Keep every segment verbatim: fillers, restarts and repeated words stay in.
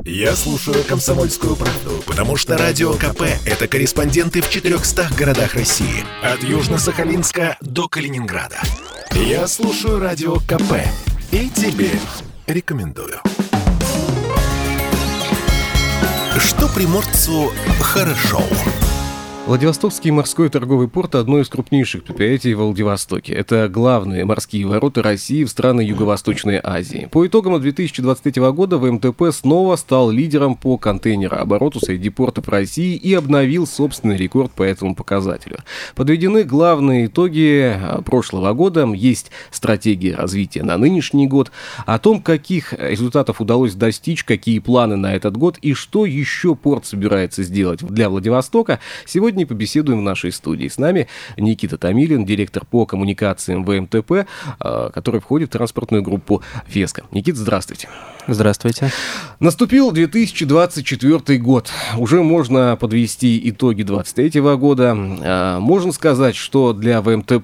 Я слушаю «Комсомольскую правду», потому что Радио КП – это корреспонденты в четырехстах городах России. От Южно-Сахалинска до Калининграда. Я слушаю Радио КП и тебе рекомендую. Что приморцу хорошо. Владивостокский морской торговый порт – одно из крупнейших предприятий в Владивостоке. Это главные морские ворота России в страны Юго-Восточной Азии. По итогам две тысячи двадцать третьего года ВМТП снова стал лидером по контейнерообороту среди портов России и обновил собственный рекорд по этому показателю. Подведены главные итоги прошлого года, есть стратегия развития на нынешний год, о том, каких результатов удалось достичь, какие планы на этот год и что еще порт собирается сделать для Владивостока. Сегодня Сегодня побеседуем в нашей студии. С нами Никита Томилин, директор по коммуникациям ВМТП, который входит в транспортную группу «Феска». Никита, здравствуйте. Здравствуйте. Наступил две тысячи двадцать четвёртый год. Уже можно подвести итоги две тысячи двадцать третьего года. Можно сказать, что для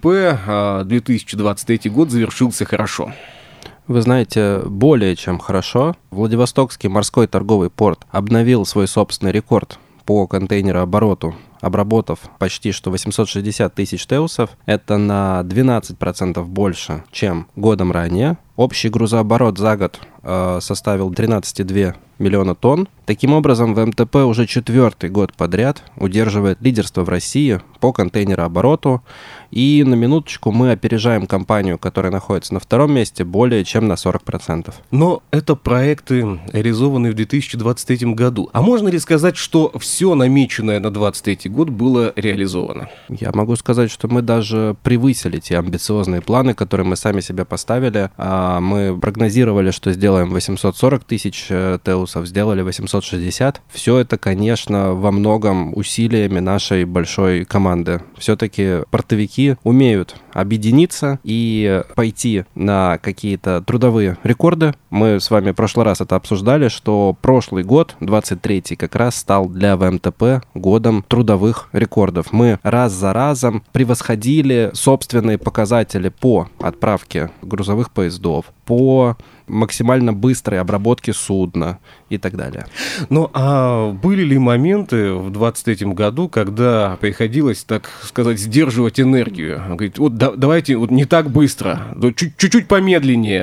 ВМТП две тысячи двадцать третий год завершился хорошо. Вы знаете, более чем хорошо. Владивостокский морской торговый порт обновил свой собственный рекорд по контейнерообороту, обработав почти что восемьсот шестьдесят тысяч теусов. Это на двенадцать процентов больше, чем годом ранее. Общий грузооборот за год э, составил тринадцать целых две десятых миллиона тонн. Таким образом, ВМТП уже четвертый год подряд удерживает лидерство в России по контейнерообороту. И на минуточку мы опережаем компанию, которая находится на втором месте, более чем на сорок процентов. Но это проекты, реализованные в две тысячи двадцать третьем году. А можно ли сказать, что все намеченное на двадцать третий год было реализовано? Я могу сказать, что мы даже превысили те амбициозные планы, которые мы сами себе поставили. Мы прогнозировали, что сделаем восемьсот сорок тысяч теусов, сделали восемьсот шестьдесят. Все это, конечно, во многом усилиями нашей большой команды. Все-таки портовики умеют объединиться и пойти на какие-то трудовые рекорды. Мы с вами в прошлый раз это обсуждали, что прошлый год, двадцать третий, как раз стал для ВМТП годом трудовых рекордов. Мы раз за разом превосходили собственные показатели по отправке грузовых поездов, по максимально быстрой обработке судна и так далее. Ну, а были ли моменты в двадцать третьем году, когда приходилось, так сказать, сдерживать энергию? Говорит, вот да, давайте вот не так быстро, чуть-чуть помедленнее,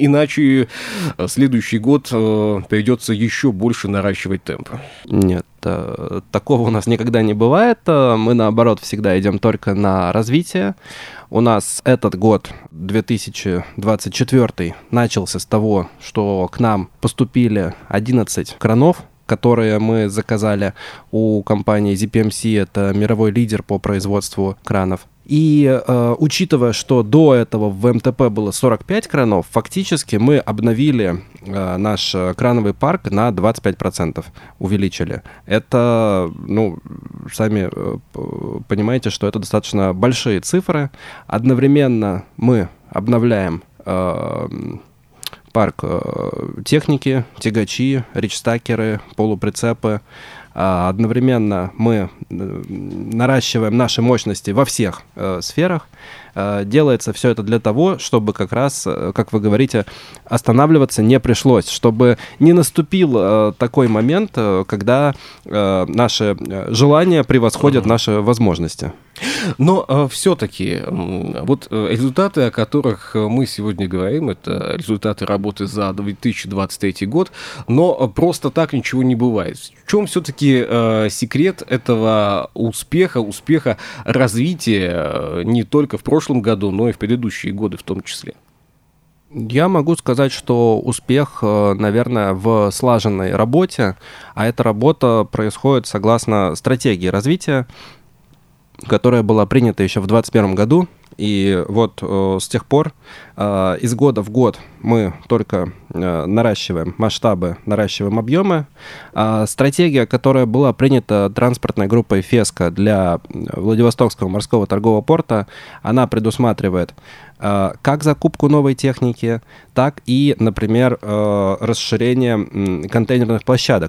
иначе следующий год э, придется еще больше наращивать темп. Нет, такого у нас никогда не бывает. Мы, наоборот, всегда идем только на развитие. У нас этот год, две тысячи двадцать четвёртый, начался с того, что к нам поступили одиннадцать кранов, которые мы заказали у компании зет пи эм си, это мировой лидер по производству кранов. И э, учитывая, что до этого в ВМТП было сорок пять кранов, фактически мы обновили э, наш крановый парк на двадцать пять процентов, увеличили. Это, ну, сами э, понимаете, что это достаточно большие цифры. Одновременно мы обновляем э, парк э, техники, тягачи, ричстакеры, полуприцепы. Одновременно мы наращиваем наши мощности во всех э, сферах. Э, делается все это для того, чтобы как раз, э, как вы говорите, останавливаться не пришлось, чтобы не наступил э, такой момент, э, когда э, наши желания превосходят uh-huh. наши возможности. Но э, все-таки э, вот э, результаты, о которых мы сегодня говорим, это результаты работы за две тысячи двадцать третий год, но просто так ничего не бывает. В чем все-таки э, секрет этого успеха, успеха развития э, не только в прошлом году, но и в предыдущие годы в том числе? Я могу сказать, что успех, наверное, в слаженной работе, а эта работа происходит согласно стратегии развития, которая была принята еще в двадцать первом году. И вот э, с тех пор э, из года в год мы только э, наращиваем масштабы, наращиваем объемы. А стратегия, которая была принята транспортной группой «Феска» для Владивостокского морского торгового порта, она предусматривает э, как закупку новой техники, так и, например, э, расширение э, контейнерных площадок.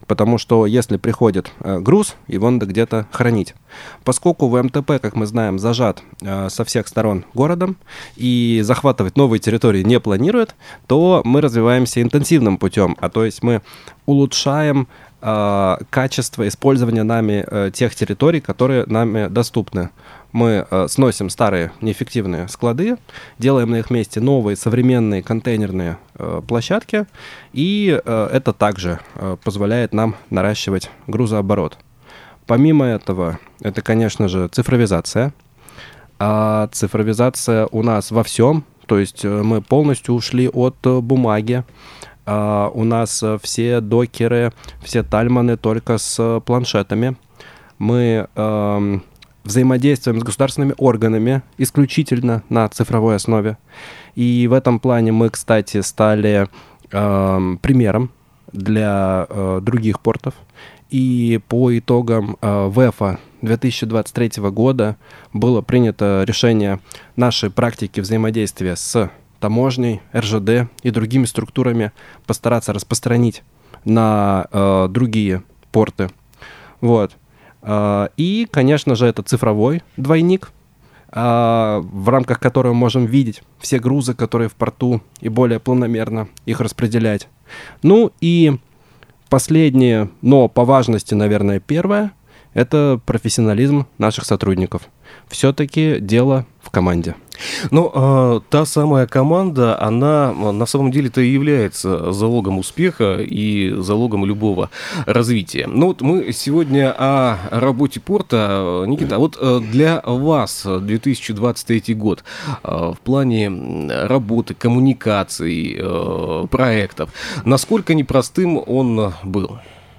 потому что если приходит груз, его надо где-то хранить. Поскольку ВМТП, как мы знаем, зажат со всех сторон городом и захватывать новые территории не планирует, то мы развиваемся интенсивным путем, а то есть мы улучшаем качество использования нами тех территорий, которые нами доступны. Мы э, сносим старые неэффективные склады, делаем на их месте новые современные контейнерные э, площадки, и э, это также э, позволяет нам наращивать грузооборот. Помимо этого, это, конечно же, цифровизация. А цифровизация у нас во всем, то есть э, мы полностью ушли от э, бумаги. Uh, у нас uh, все докеры, все тальманы только с uh, планшетами. Мы uh, взаимодействуем с государственными органами исключительно на цифровой основе. И в этом плане мы, кстати, стали uh, примером для uh, других портов. И по итогам uh, ВЭФа две тысячи двадцать третьего года было принято решение нашей практики взаимодействия с таможней, эр жэ дэ и другими структурами постараться распространить на э, другие порты. Вот. Э, и, конечно же, это цифровой двойник, э, в рамках которого мы можем видеть все грузы, которые в порту, и более планомерно их распределять. Ну и последнее, но по важности, наверное, первое, это профессионализм наших сотрудников. Все-таки дело в команде. Ну, э, та самая команда, она на самом деле-то и является залогом успеха и залогом любого развития. Ну, вот мы сегодня о работе порта. Никита, вот для вас две тысячи двадцать третий год э, в плане работы, коммуникаций, э, проектов, насколько непростым он был?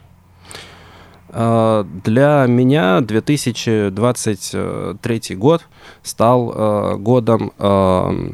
Для меня две тысячи двадцать третий год стал э, годом э,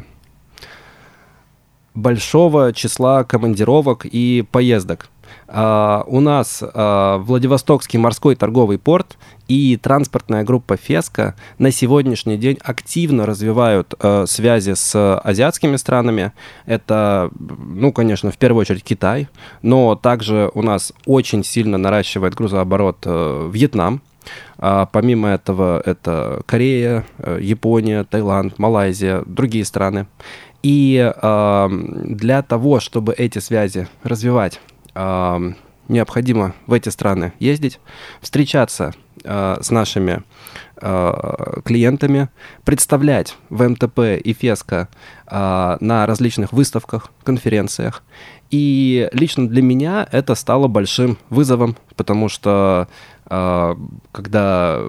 большого числа командировок и поездок. Uh, у нас uh, Владивостокский морской торговый порт и транспортная группа «Феска» на сегодняшний день активно развивают uh, связи с азиатскими странами. Это, ну, конечно, в первую очередь Китай, но также у нас очень сильно наращивает грузооборот uh, Вьетнам. Uh, помимо этого, это Корея, uh, Япония, Таиланд, Малайзия, другие страны. И uh, для того, чтобы эти связи развивать, Uh, необходимо в эти страны ездить, встречаться uh, с нашими uh, клиентами, представлять ВМТП и Феска uh, на различных выставках, конференциях. И лично для меня это стало большим вызовом, потому что uh, когда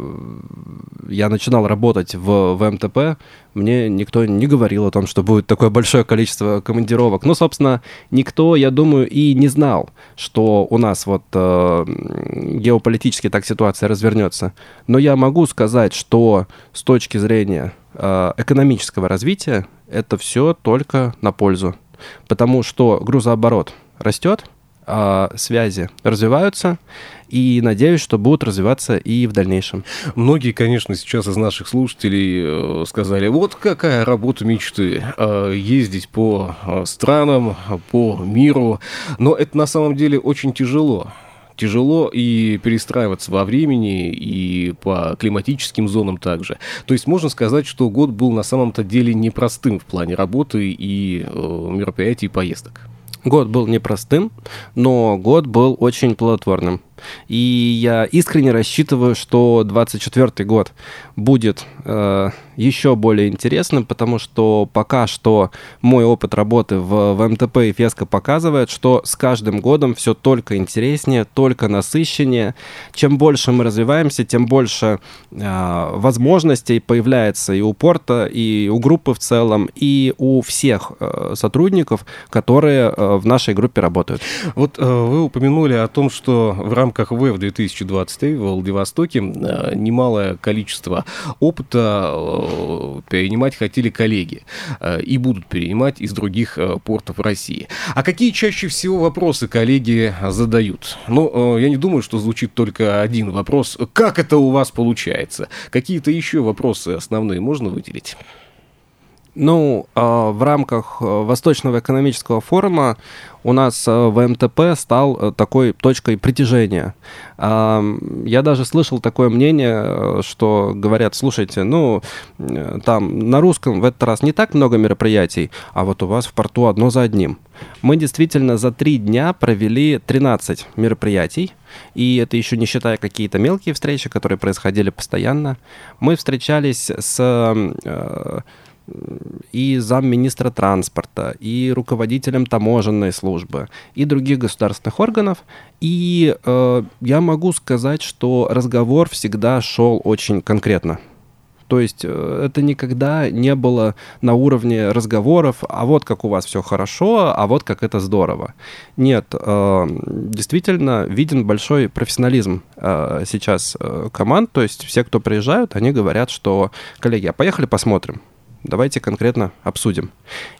я начинал работать в ВМТП, мне никто не говорил о том, что будет такое большое количество командировок. Ну, собственно, никто, я думаю, и не знал, что у нас вот э, геополитически так ситуация развернется. Но я могу сказать, что с точки зрения э, экономического развития это все только на пользу. Потому что грузооборот растет, а связи развиваются, и надеюсь, что будут развиваться и в дальнейшем. Многие, конечно, сейчас из наших слушателей сказали, вот какая работа мечты, ездить по странам, по миру, но это на самом деле очень тяжело. Тяжело и перестраиваться во времени, и по климатическим зонам также. То есть можно сказать, что год был на самом-то деле непростым в плане работы и мероприятий, и поездок. Год был непростым, но год был очень плодотворным. И я искренне рассчитываю, что двадцать четвёртый год будет э, еще более интересным, потому что пока что мой опыт работы в ВМТП и Феска показывает, что с каждым годом все только интереснее, только насыщеннее. Чем больше мы развиваемся, тем больше э, возможностей появляется и у порта, и у группы в целом, и у всех э, сотрудников, которые э, в нашей группе работают. Вот э, вы упомянули о том, что в рамках В рамках ВЭФ две тысячи двадцать три в Владивостоке немалое количество опыта перенимать хотели коллеги и будут перенимать из других портов России. А какие чаще всего вопросы коллеги задают? Ну, я не думаю, что звучит только один вопрос. Как это у вас получается? Какие-то еще вопросы основные можно выделить? Ну, в рамках Восточного экономического форума у нас ВМТП стал такой точкой притяжения. Я даже слышал такое мнение, что говорят, слушайте, ну, там на русском в этот раз не так много мероприятий, а вот у вас в порту одно за одним. Мы действительно за три дня провели тринадцать мероприятий, и это еще не считая какие-то мелкие встречи, которые происходили постоянно. Мы встречались с и замминистра транспорта, и руководителем таможенной службы, и других государственных органов. И э, я могу сказать, что разговор всегда шел очень конкретно. То есть э, это никогда не было на уровне разговоров, а вот как у вас все хорошо, а вот как это здорово. Нет, э, действительно виден большой профессионализм э, сейчас э, команд. То есть все, кто приезжают, они говорят, что, коллеги, а поехали посмотрим. Давайте конкретно обсудим.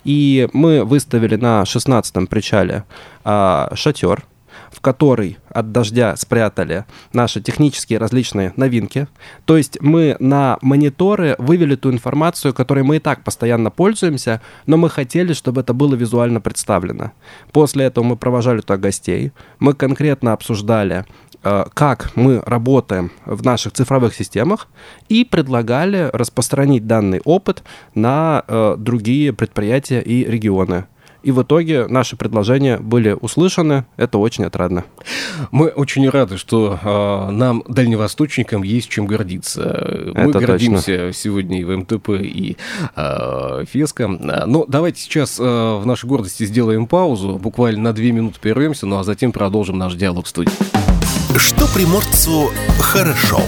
И мы выставили на шестнадцатом причале а, шатер, в который от дождя спрятали наши технические различные новинки. То есть мы на мониторы вывели ту информацию, которой мы и так постоянно пользуемся, но мы хотели, чтобы это было визуально представлено. После этого мы провожали туда гостей, мы конкретно обсуждали, как мы работаем в наших цифровых системах, и предлагали распространить данный опыт на э, другие предприятия и регионы. И в итоге наши предложения были услышаны. Это очень отрадно. Мы очень рады, что э, нам, дальневосточникам, есть чем гордиться. Мы это гордимся точно. Сегодня и ВМТП, и э, Феска. Но давайте сейчас э, в нашей гордости сделаем паузу. Буквально на две минуты прервемся, ну а затем продолжим наш диалог в студии. Что приморцу хорошо.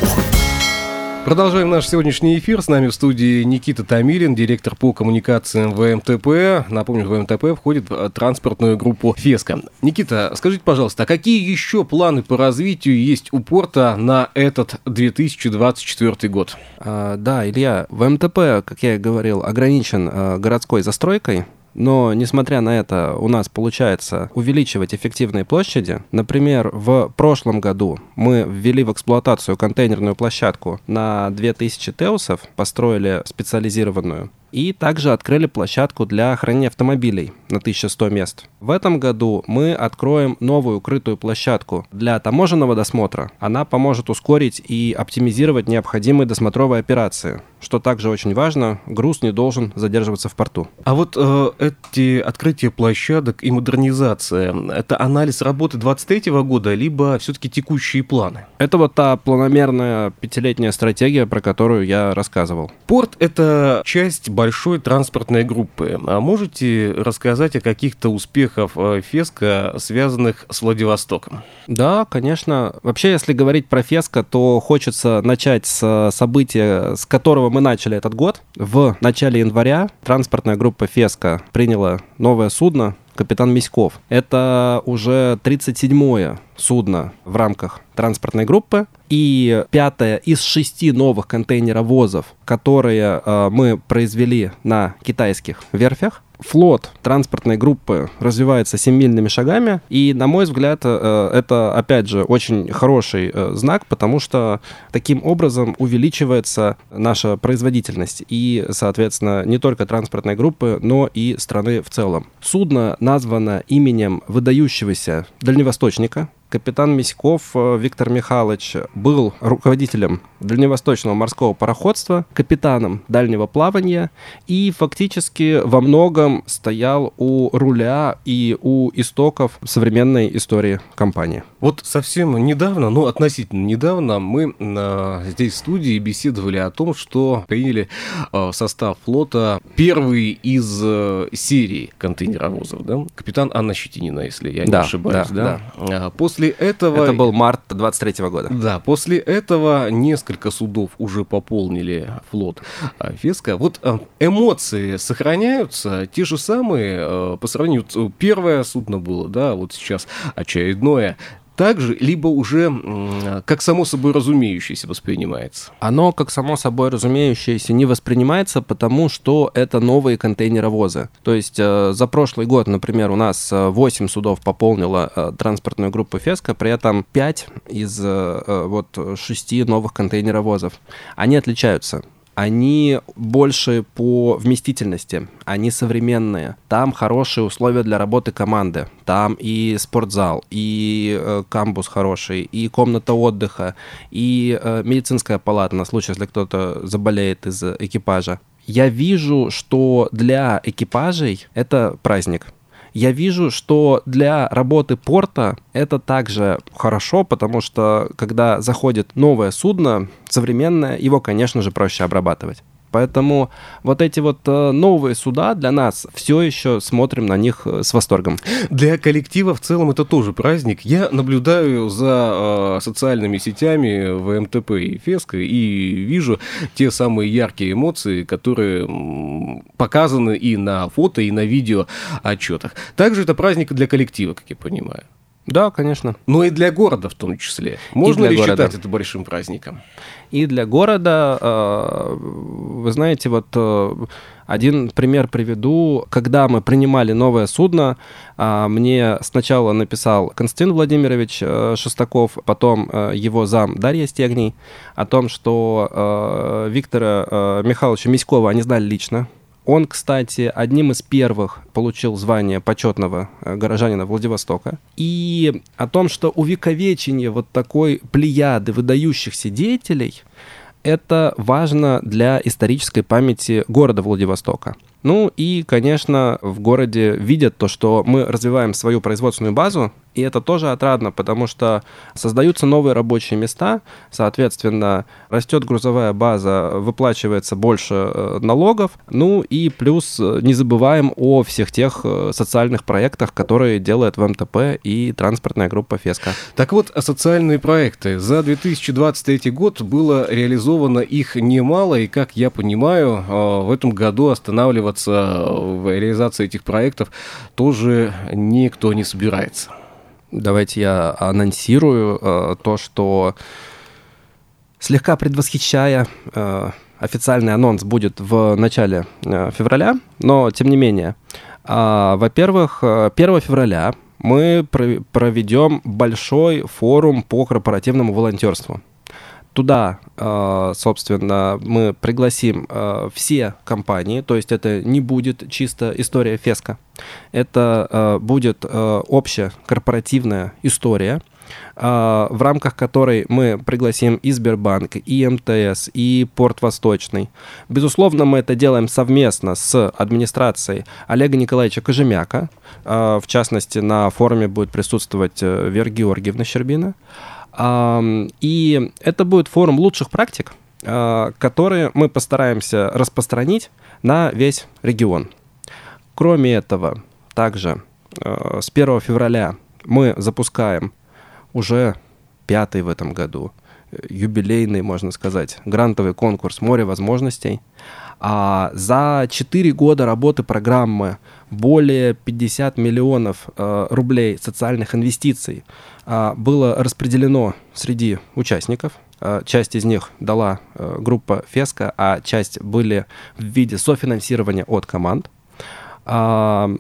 Продолжаем наш сегодняшний эфир. С нами в студии Никита Томилин, директор по коммуникациям ВМТП. Напомню, в ВМТП входит в транспортную группу Феска. Никита, скажите, пожалуйста, а какие еще планы по развитию есть у порта на этот две тысячи двадцать четвёртый год? А, да, Илья, ВМТП, как я и говорил, ограничен а, городской застройкой. Но, несмотря на это, у нас получается увеличивать эффективные площади. Например, в прошлом году мы ввели в эксплуатацию контейнерную площадку на две тысячи теусов, построили специализированную, и также открыли площадку для хранения автомобилей на тысяча сто мест. В этом году мы откроем новую укрытую площадку для таможенного досмотра. Она поможет ускорить и оптимизировать необходимые досмотровые операции, что также очень важно. Груз не должен задерживаться в порту. А вот э, эти открытия площадок и модернизация, это анализ работы двадцать третьего года, либо все-таки текущие планы? Это вот та планомерная пятилетняя стратегия, про которую я рассказывал. Порт — это часть большой транспортной группы. А можете рассказать о каких-то успехах Феска, связанных с Владивостоком? Да, конечно. Вообще, если говорить про Феска, то хочется начать с события, с которого мы начали этот год. В начале января транспортная группа Феска приняла новое судно «Капитан Миськов». Это уже тридцать седьмое судно в рамках транспортной группы и пятое из шести новых контейнеровозов, которые э, мы произвели на китайских верфях. Флот транспортной группы развивается семимильными шагами, и, на мой взгляд, э, это, опять же, очень хороший э, знак, потому что таким образом увеличивается наша производительность и, соответственно, не только транспортной группы, но и страны в целом. Судно названо именем выдающегося дальневосточника. Капитан Миськов Виктор Михайлович был руководителем дальневосточного морского пароходства, капитаном дальнего плавания и фактически во многом стоял у руля и у истоков современной истории компании. Вот совсем недавно, ну относительно недавно, мы э, здесь в студии беседовали о том, что приняли э, в состав флота первый из э, серии контейнеровозов, да? Капитан Анна Щетинина, если я не да, ошибаюсь, да? да? да. После этого... Это был март двадцать третьего года. Да, после этого несколько судов уже пополнили флот Феска. Вот эмоции сохраняются те же самые по сравнению... Первое судно было, да, вот сейчас очередное... также, либо уже как само собой разумеющееся воспринимается? Оно как само собой разумеющееся не воспринимается, потому что это новые контейнеровозы. То есть э, за прошлый год, например, у нас восемь судов пополнила э, транспортную группу Феска, при этом пять из э, вот шести новых контейнеровозов. Они отличаются. они больше по вместительности, они современные. Там хорошие условия для работы команды. Там и спортзал, и э, камбус хороший, и комната отдыха, и э, медицинская палата на случай, если кто-то заболеет из экипажа. Я вижу, что для экипажей это праздник. Я вижу, что для работы порта это также хорошо, потому что когда заходит новое судно, современное, его, конечно же, проще обрабатывать. Поэтому вот эти вот новые суда для нас все еще смотрим на них с восторгом. Для коллектива в целом это тоже праздник. Я наблюдаю за э, социальными сетями в эм тэ пэ и Феска и вижу те самые яркие эмоции, которые м, показаны и на фото, и на видео отчетах. Также это праздник для коллектива, как я понимаю. Да, конечно. Но и для города в том числе. Можно ли города. считать это большим праздником? И для города, вы знаете, вот один пример приведу. Когда мы принимали новое судно, мне сначала написал Константин Владимирович Шестаков, потом его зам Дарья Стегний о том, что Виктора Михайловича Миськова они знали лично. Он, кстати, одним из первых получил звание почетного горожанина Владивостока. И о том, что увековечение вот такой плеяды выдающихся деятелей, это важно для исторической памяти города Владивостока. Ну и, конечно, в городе видят то, что мы развиваем свою производственную базу, и это тоже отрадно, потому что создаются новые рабочие места, соответственно, растет грузовая база, выплачивается больше налогов, ну и плюс не забываем о всех тех социальных проектах, которые делает в эм тэ пэ и транспортная группа Феска. Так вот, социальные проекты. За две тысячи двадцать третий год было реализовано их немало, и, как я понимаю, в этом году останавливаться в реализации этих проектов тоже никто не собирается. Давайте я анонсирую э, то, что слегка предвосхищая, э, официальный анонс будет в начале э, февраля, но тем не менее. Э, во-первых, первого февраля мы про- проведем большой форум по корпоративному волонтерству. Туда, собственно, мы пригласим все компании, то есть это не будет чисто история Феска, это будет общая корпоративная история, в рамках которой мы пригласим и Сбербанк, и эм тэ эс, и Порт Восточный. Безусловно, мы это делаем совместно с администрацией Олега Николаевича Кожемяка, в частности, на форуме будет присутствовать Вера Георгиевна Щербина. И это будет форум лучших практик, которые мы постараемся распространить на весь регион. Кроме этого, также с первого февраля мы запускаем уже пятый в этом году юбилейный, можно сказать, грантовый конкурс «Море возможностей». А за четыре года работы программы более пятьдесят миллионов э, рублей социальных инвестиций э, было распределено среди участников. Э, часть из них дала э, группа Феска, а часть были в виде софинансирования от команд. Э,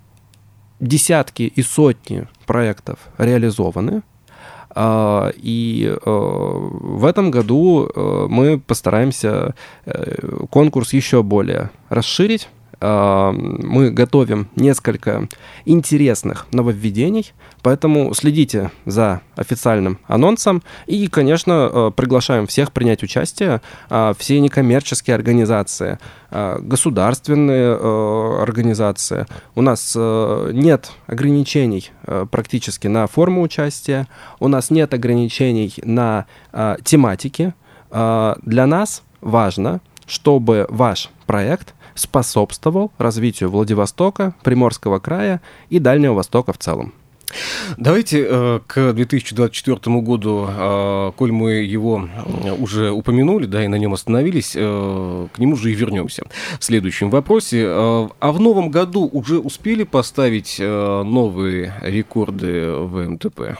десятки и сотни проектов реализованы. Uh, и uh, в этом году uh, мы постараемся uh, конкурс еще более расширить. Uh, мы готовим несколько интересных нововведений, поэтому следите за официальным анонсом и, конечно, uh, приглашаем всех принять участие, uh, все некоммерческие организации, uh, государственные uh, организации. У нас uh, нет ограничений uh, практически на форму участия, у нас нет ограничений на uh, тематики. Uh, для нас важно, чтобы ваш проект способствовал развитию Владивостока, Приморского края и Дальнего Востока в целом. Давайте э, к две тысячи двадцать четвёртому году, э, коль мы его уже упомянули, да, и на нем остановились, э, к нему же и вернемся в следующем вопросе. Э, а в новом году уже успели поставить э, новые рекорды в эм тэ пэ?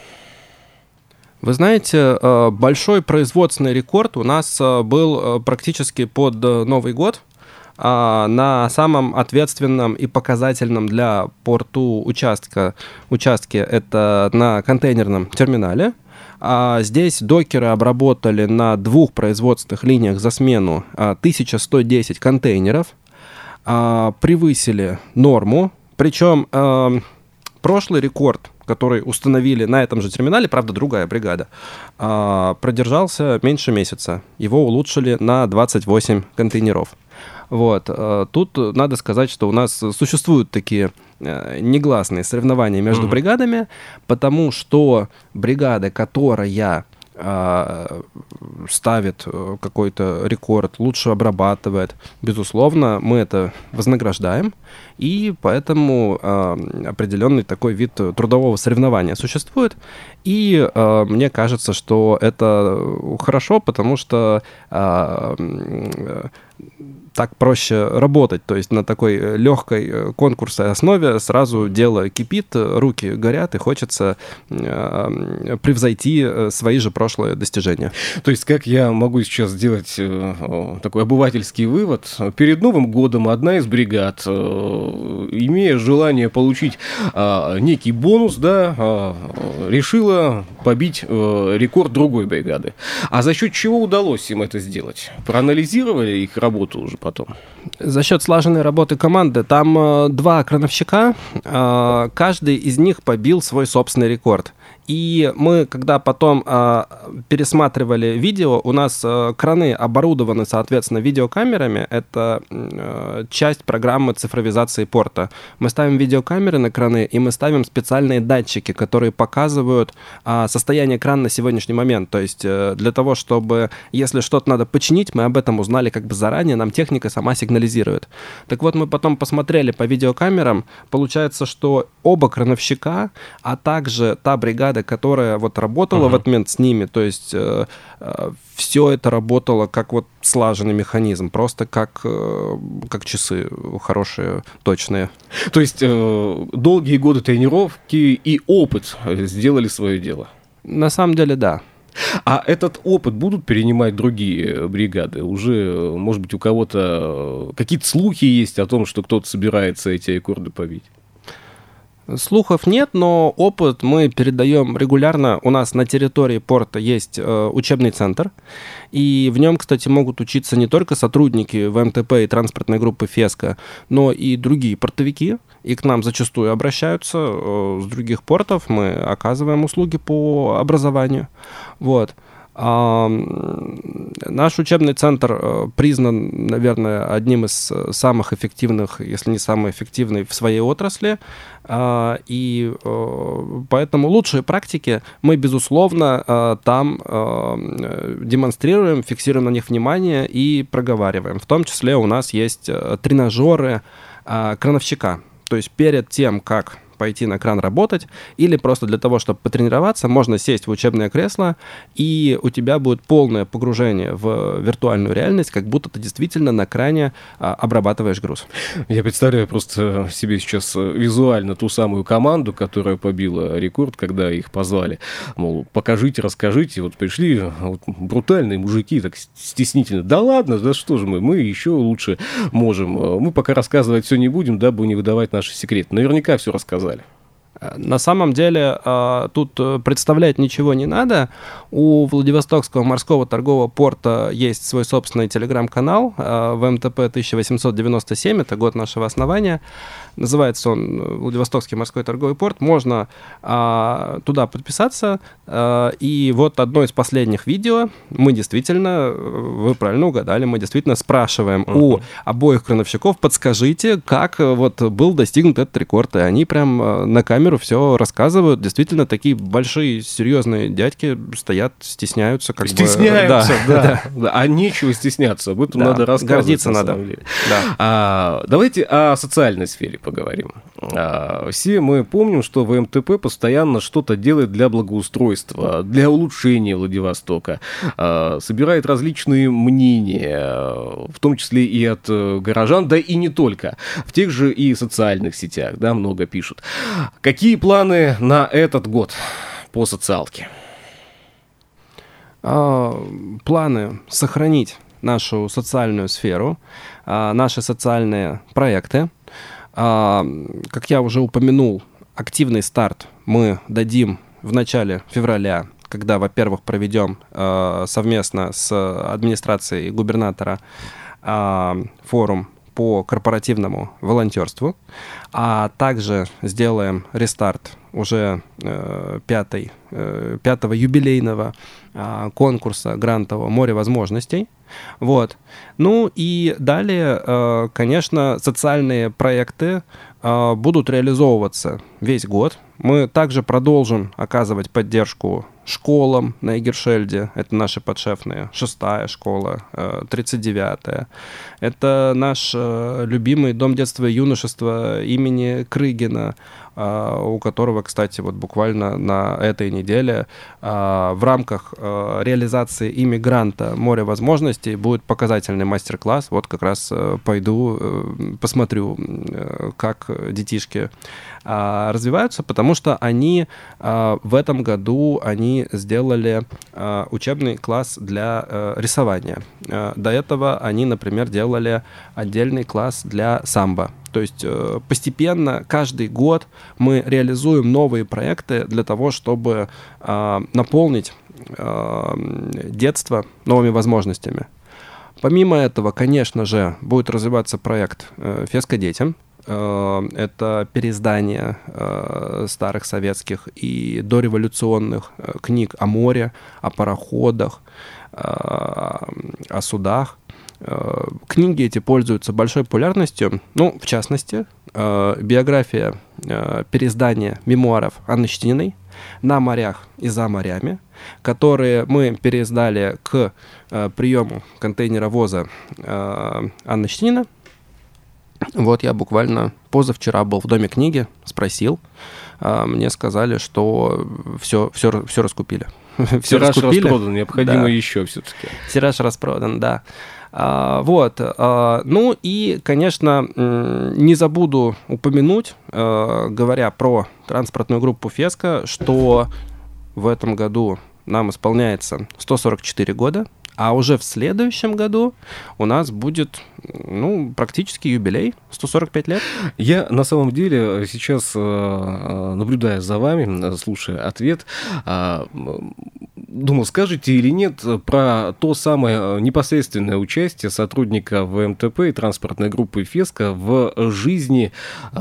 Вы знаете, большой производственный рекорд у нас был практически под Новый год. На самом ответственном и показательном для порту участка, участке, это на контейнерном терминале. А здесь докеры обработали на двух производственных линиях за смену тысяча сто десять контейнеров, превысили норму. Причем прошлый рекорд, который установили на этом же терминале, правда, другая бригада, продержался меньше месяца. Его улучшили на двадцать восемь контейнеров. Вот. Тут надо сказать, что у нас существуют такие негласные соревнования между mm-hmm. бригадами, потому что бригада, которая ставит какой-то рекорд, лучше обрабатывает, безусловно, мы это вознаграждаем, и поэтому э, определенный такой вид трудового соревнования существует, и э, мне кажется, что это хорошо, потому что э, э, так проще работать, то есть на такой легкой конкурсной основе сразу дело кипит, руки горят, и хочется э, превзойти свои же прошлые достижения. То есть как я могу сейчас сделать э, такой обывательский вывод? Перед Новым годом одна из бригад, э, имея желание получить э, некий бонус, да, э, решила побить э, рекорд другой бригады. А за счет чего удалось им это сделать? Проанализировали их работу уже потом? За счет слаженной работы команды. Там э, два крановщика, э, каждый из них побил свой собственный рекорд. И мы, когда потом э, пересматривали видео, у нас э, краны оборудованы, соответственно, видеокамерами. Это э, часть программы цифровизации порта. Мы ставим видеокамеры на краны, и мы ставим специальные датчики, которые показывают э, состояние крана на сегодняшний момент. То есть э, для того, чтобы, если что-то надо починить, мы об этом узнали как бы заранее, нам техника сама сигнализирует. Так вот, мы потом посмотрели по видеокамерам, получается, что оба крановщика, а также та бригада, которая вот работала uh-huh. в этот момент с ними, то есть э, э, все это работало как вот слаженный механизм, просто как, э, как часы хорошие, точные. То есть э, долгие годы тренировки и опыт сделали свое дело? На самом деле, да. А этот опыт будут перенимать другие бригады? Уже, может быть, у кого-то какие-то слухи есть о том, что кто-то собирается эти рекорды побить? Слухов нет, но опыт мы передаем регулярно. У нас на территории порта есть э, учебный центр, и в нем, кстати, могут учиться не только сотрудники ВМТП и транспортной группы ФЕСКО, но и другие портовики, и к нам зачастую обращаются э, с других портов. Мы оказываем услуги по образованию. Вот. А, наш учебный центр признан, наверное, одним из самых эффективных, если не самый эффективный в своей отрасли. А, и а, поэтому лучшие практики мы, безусловно, а, там а, демонстрируем, фиксируем на них внимание и проговариваем. В том числе у нас есть тренажеры а, крановщика. То есть перед тем, как пойти на кран работать, или просто для того, чтобы потренироваться, можно сесть в учебное кресло, и у тебя будет полное погружение в виртуальную реальность, как будто ты действительно на кране а, обрабатываешь груз. Я представляю просто себе сейчас визуально ту самую команду, которая побила рекорд, когда их позвали. Мол, покажите, расскажите. Вот пришли вот, брутальные мужики, так стеснительно. Да ладно, да что же мы, мы еще лучше можем. Мы пока рассказывать все не будем, дабы не выдавать наши секреты. Наверняка все рассказали. На самом деле тут представлять ничего не надо. У Владивостокского морского торгового порта есть свой собственный телеграм-канал ВМТП тысяча восемьсот девяносто семь, это год нашего основания. Называется он Владивостокский морской торговый порт. Можно а, туда подписаться. А, и вот одно из последних видео мы действительно, вы правильно угадали, мы действительно спрашиваем uh-huh. у обоих крановщиков, подскажите, как вот был достигнут этот рекорд. И они прям на камеру все рассказывают. Действительно, такие большие, серьезные дядьки стоят, стесняются. Как стесняются, бы, да. да. да. А нечего стесняться, об этом да. надо рассказывать. Гордиться на надо. Да. А, давайте о социальной сфере поговорим. А, все мы помним, что ВМТП постоянно что-то делает для благоустройства, для улучшения Владивостока, а, собирает различные мнения, в том числе и от горожан, да и не только. В тех же и социальных сетях, да, много пишут. Какие планы на этот год по социалке? А, планы сохранить нашу социальную сферу, а, наши социальные проекты. А, как я уже упомянул, активный старт мы дадим в начале февраля когда, во-первых, проведем э, совместно с администрацией губернатора э, форум по корпоративному волонтерству, а также сделаем рестарт уже э, пятой, э, пятого юбилейного э, конкурса грантового «Море возможностей». Вот. Ну и далее, э, конечно, социальные проекты э, будут реализовываться весь год. Мы также продолжим оказывать поддержку школам на Егершельде. Это наши подшефные. Шестая школа, тридцать девятая. Это наш любимый дом детства и юношества имени Крыгина, у которого, кстати, вот буквально на этой неделе в рамках реализации ими гранта «Море возможностей» будет показательный мастер-класс. Вот как раз пойду, посмотрю, как детишки развиваются, потому что они в этом году они сделали учебный класс для рисования. До этого они, например, делали отдельный класс для самбо. То есть постепенно каждый год мы реализуем новые проекты для того, чтобы наполнить детство новыми возможностями. Помимо этого, конечно же, будет развиваться проект «Феска детям». Это переиздание старых советских и дореволюционных книг о море, о пароходах, о судах. Книги эти пользуются большой популярностью. Ну, в частности, биография, переиздание мемуаров Анны Щетининой «На морях и за морями», которые мы переиздали к приему контейнеровоза Анны Щетинина. Вот я буквально позавчера был в Доме книги, спросил, мне сказали, что все, все, все раскупили. Все раскупили. Распродан, необходимо да. еще все-таки. Тираж распродан, да. А, вот, а, ну и, конечно, не забуду упомянуть, а, говоря про транспортную группу «Феска», что в этом году нам исполняется сто сорок четыре года, а уже в следующем году у нас будет, ну, практически юбилей, сто сорок пять лет. Я на самом деле сейчас, наблюдая за вами, слушая ответ, думал, скажете или нет про то самое непосредственное участие сотрудника ВМТП и транспортной группы «Феска» в жизни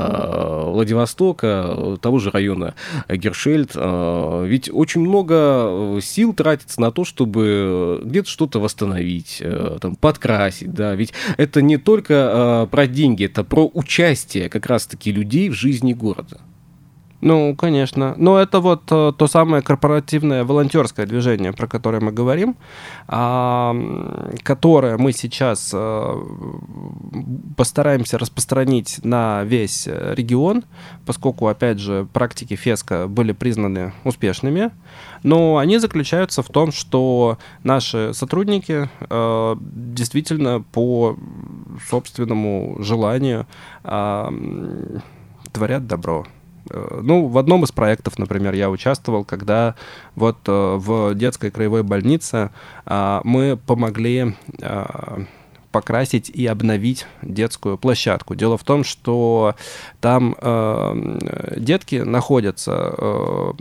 Владивостока, того же района Егершельд. Ведь очень много сил тратится на то, чтобы где-то что-то восстановить, там, подкрасить, да, ведь это не только про деньги, это про участие как раз-таки людей в жизни города. Ну, конечно. Но это вот то, то самое корпоративное волонтерское движение, про которое мы говорим, а, которое мы сейчас а, постараемся распространить на весь регион, поскольку, опять же, практики Феска были признаны успешными. Но они заключаются в том, что наши сотрудники а, действительно по собственному желанию а, творят добро. Ну, в одном из проектов, например, я участвовал, когда вот в детской краевой больнице мы помогли покрасить и обновить детскую площадку. Дело в том, что там детки находятся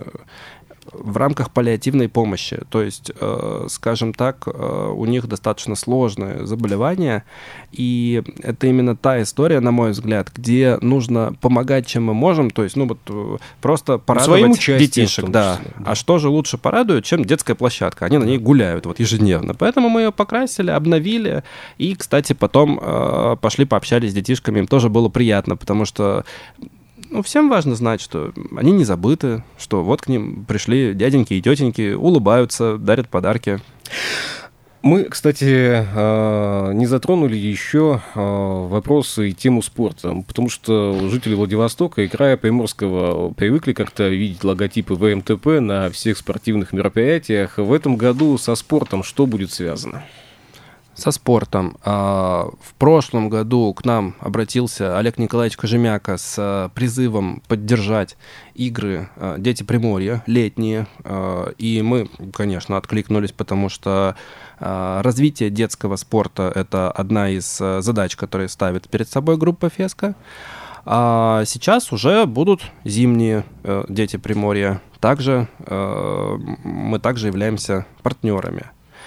в рамках паллиативной помощи. То есть, э, скажем так, э, у них достаточно сложные заболевания, и это именно та история, на мой взгляд, где нужно помогать, чем мы можем, то есть, ну вот, э, просто порадовать детишек. Да. Числе, да. А что же лучше порадует, чем детская площадка? Они на ней гуляют вот ежедневно. Поэтому мы ее покрасили, обновили, и, кстати, потом э, пошли пообщались с детишками, им тоже было приятно, потому что ну, всем важно знать, что они не забыты, что вот к ним пришли дяденьки и тетеньки, улыбаются, дарят подарки. Мы, кстати, не затронули еще вопросы и тему спорта, потому что жители Владивостока и края Приморского привыкли как-то видеть логотипы ВМТП на всех спортивных мероприятиях. В этом году со спортом что будет связано? Со спортом. В прошлом году к нам обратился Олег Николаевич Кожемяка с призывом поддержать игры «Дети Приморья», летние. И мы, конечно, откликнулись, потому что развитие детского спорта – это одна из задач, которые ставит перед собой группа «Феска». А сейчас уже будут зимние э, дети Приморья. Также э, мы также являемся партнерами.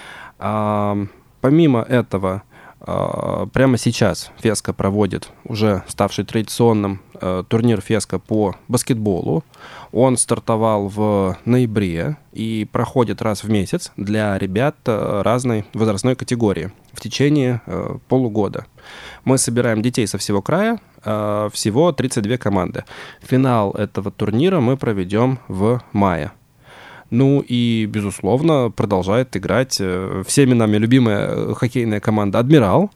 А, помимо этого, э, прямо сейчас Феска проводит уже ставший традиционным э, турнир Феска по баскетболу. Он стартовал в ноябре и проходит раз в месяц для ребят э, разной возрастной категории в течение э, полугода. Мы собираем детей со всего края, э, всего тридцать две команды. Финал этого турнира мы проведем в мае. Ну и, безусловно, продолжает играть э, всеми нами любимая хоккейная команда «Адмирал».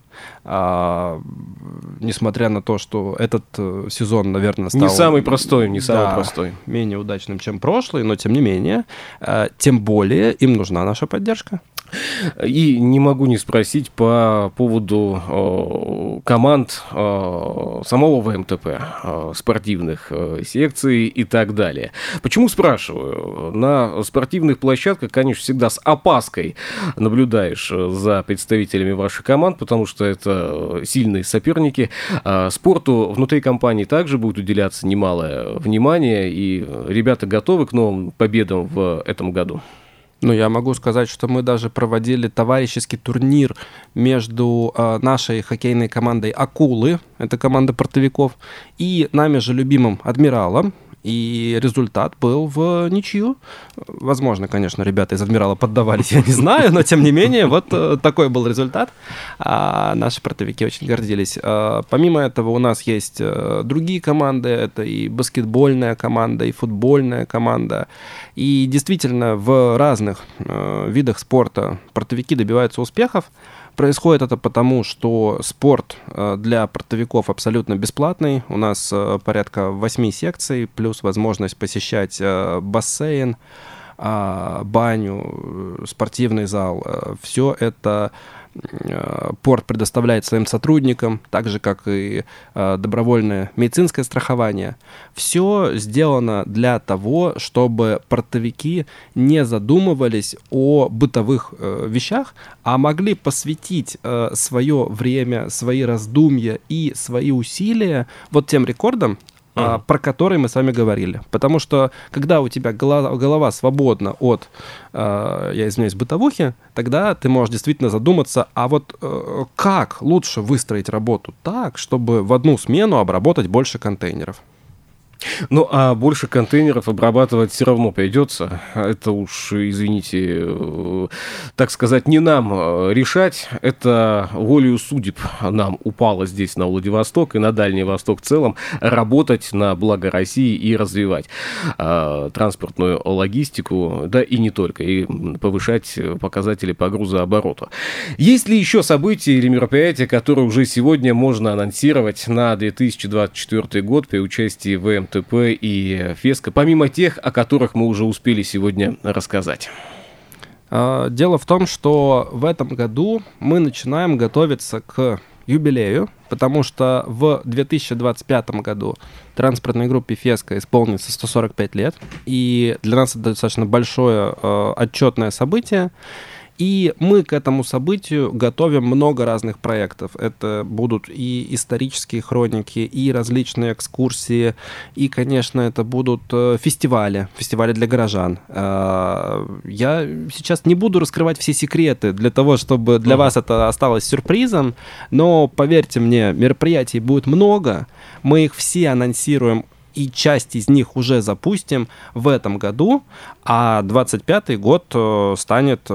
А, несмотря на то, что этот э, сезон, наверное, стал... Не самый простой, не самый да, простой. менее удачным, чем прошлый, но тем не менее, э, тем более им нужна наша поддержка. И не могу не спросить по поводу э, команд э, самого ВМТП, э, спортивных э, секций и так далее. Почему спрашиваю? На спортивных площадках, конечно, всегда с опаской наблюдаешь за представителями ваших команд, потому что это сильные соперники. А спорту внутри компании также будет уделяться немалое внимание, и ребята готовы к новым победам в этом году. Ну, я могу сказать, что мы даже проводили товарищеский турнир между э, нашей хоккейной командой «Акулы», это команда портовиков, и нами же любимым «Адмиралом». И результат был в ничью. Возможно, конечно, ребята из «Адмирала» поддавались, я не знаю, но тем не менее, вот э, такой был результат. А наши портовики очень гордились. А, помимо этого у нас есть э, другие команды. Это и баскетбольная команда, и футбольная команда. И действительно, в разных э, видах спорта портовики добиваются успехов. Происходит это потому, что спорт для портовиков абсолютно бесплатный. У нас порядка восьми секций, плюс возможность посещать бассейн, баню, спортивный зал. Все это порт предоставляет своим сотрудникам, так же, как и добровольное медицинское страхование. Все сделано для того, чтобы портовики не задумывались о бытовых вещах, а могли посвятить свое время, свои раздумья и свои усилия вот тем рекордам, Uh-huh. про которые мы с вами говорили. Потому что, когда у тебя голова, голова свободна от, э, я извиняюсь, бытовухи, тогда ты можешь действительно задуматься, а вот э, как лучше выстроить работу так, чтобы в одну смену обработать больше контейнеров. Ну, а больше контейнеров обрабатывать все равно придется. Это уж, извините, так сказать, не нам решать. Это волею судеб нам упало здесь, на Владивосток и на Дальний Восток в целом, работать на благо России и развивать э, транспортную логистику, да и не только, и повышать показатели по грузообороту. Есть ли еще события или мероприятия, которые уже сегодня можно анонсировать на две тысячи двадцать четвёртый год при участии ВМТП и Феска, помимо тех, о которых мы уже успели сегодня рассказать? Дело в том, что в этом году мы начинаем готовиться к юбилею, потому что в две тысячи двадцать пятом году транспортной группе Феска исполнится сто сорок пять лет, и для нас это достаточно большое э, отчетное событие. И мы к этому событию готовим много разных проектов. Это будут и исторические хроники, и различные экскурсии, и, конечно, это будут фестивали, фестивали для горожан. Я сейчас не буду раскрывать все секреты для того, чтобы для uh-huh. вас это осталось сюрпризом, но, поверьте мне, мероприятий будет много, мы их все анонсируем, и часть из них уже запустим в этом году, а двадцать пятый год станет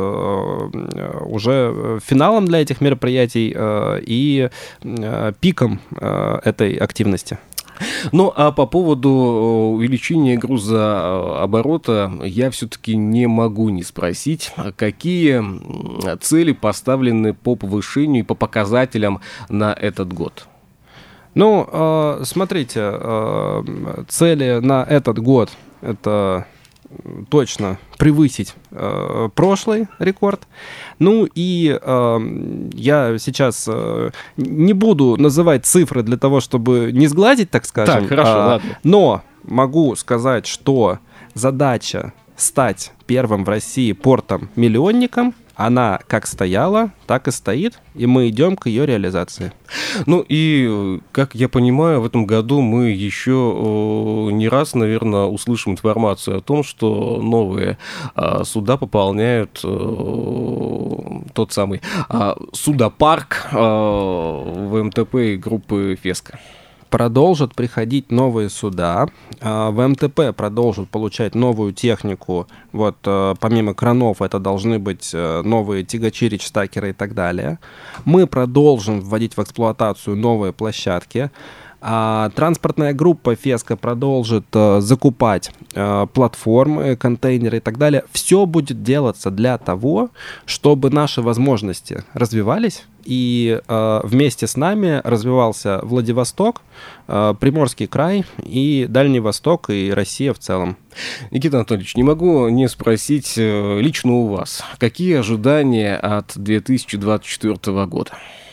уже финалом для этих мероприятий и пиком этой активности. Ну, а по поводу увеличения грузооборота я все-таки не могу не спросить, какие цели поставлены по повышению и по показателям на этот год? Ну, э, смотрите, э, цели на этот год — это точно превысить э, прошлый рекорд. Ну и э, я сейчас э, не буду называть цифры для того, чтобы не сгладить, так скажем. Так, хорошо, э, ладно. Но могу сказать, что задача стать первым в России портом-миллионником Она как стояла, так и стоит, и мы идем к ее реализации. Ну и, как я понимаю, в этом году мы еще не раз, наверное, услышим информацию о том, что новые суда пополняют тот самый судопарк ВМТП и группы «Феска». Продолжат приходить новые суда, ВМТП продолжат получать новую технику, вот помимо кранов это должны быть новые тягачи, ричстакеры и так далее. Мы продолжим вводить в эксплуатацию новые площадки. А транспортная группа «Феска» продолжит а, закупать а, платформы, контейнеры и так далее. Все будет делаться для того, чтобы наши возможности развивались, и а, вместе с нами развивался Владивосток, а, Приморский край и Дальний Восток, и Россия в целом. Никита Анатольевич, не могу не спросить лично у вас, какие ожидания от две тысячи двадцать четвёртого года?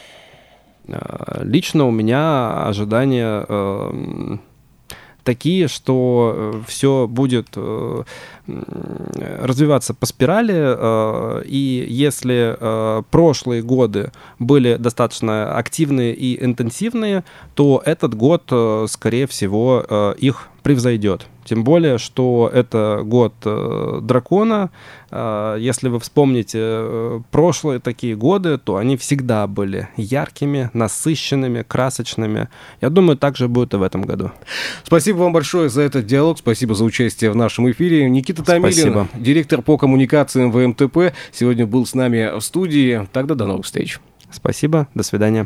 Лично у меня ожидания э, такие, что э, все будет э, развиваться по спирали, э, и если э, прошлые годы были достаточно активные и интенсивные, то этот год, э, скорее всего, э, их превзойдет. Тем более, что это год э, дракона. Э, если вы вспомните э, прошлые такие годы, то они всегда были яркими, насыщенными, красочными. Я думаю, так же будет и в этом году. Спасибо вам большое за этот диалог. Спасибо за участие в нашем эфире. Никита Томилин, Спасибо. Директор по коммуникациям ВМТП, сегодня был с нами в студии. Тогда до новых встреч. Спасибо. До свидания.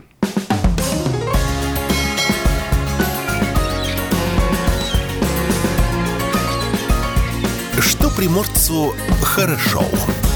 Что приморцу хорошо.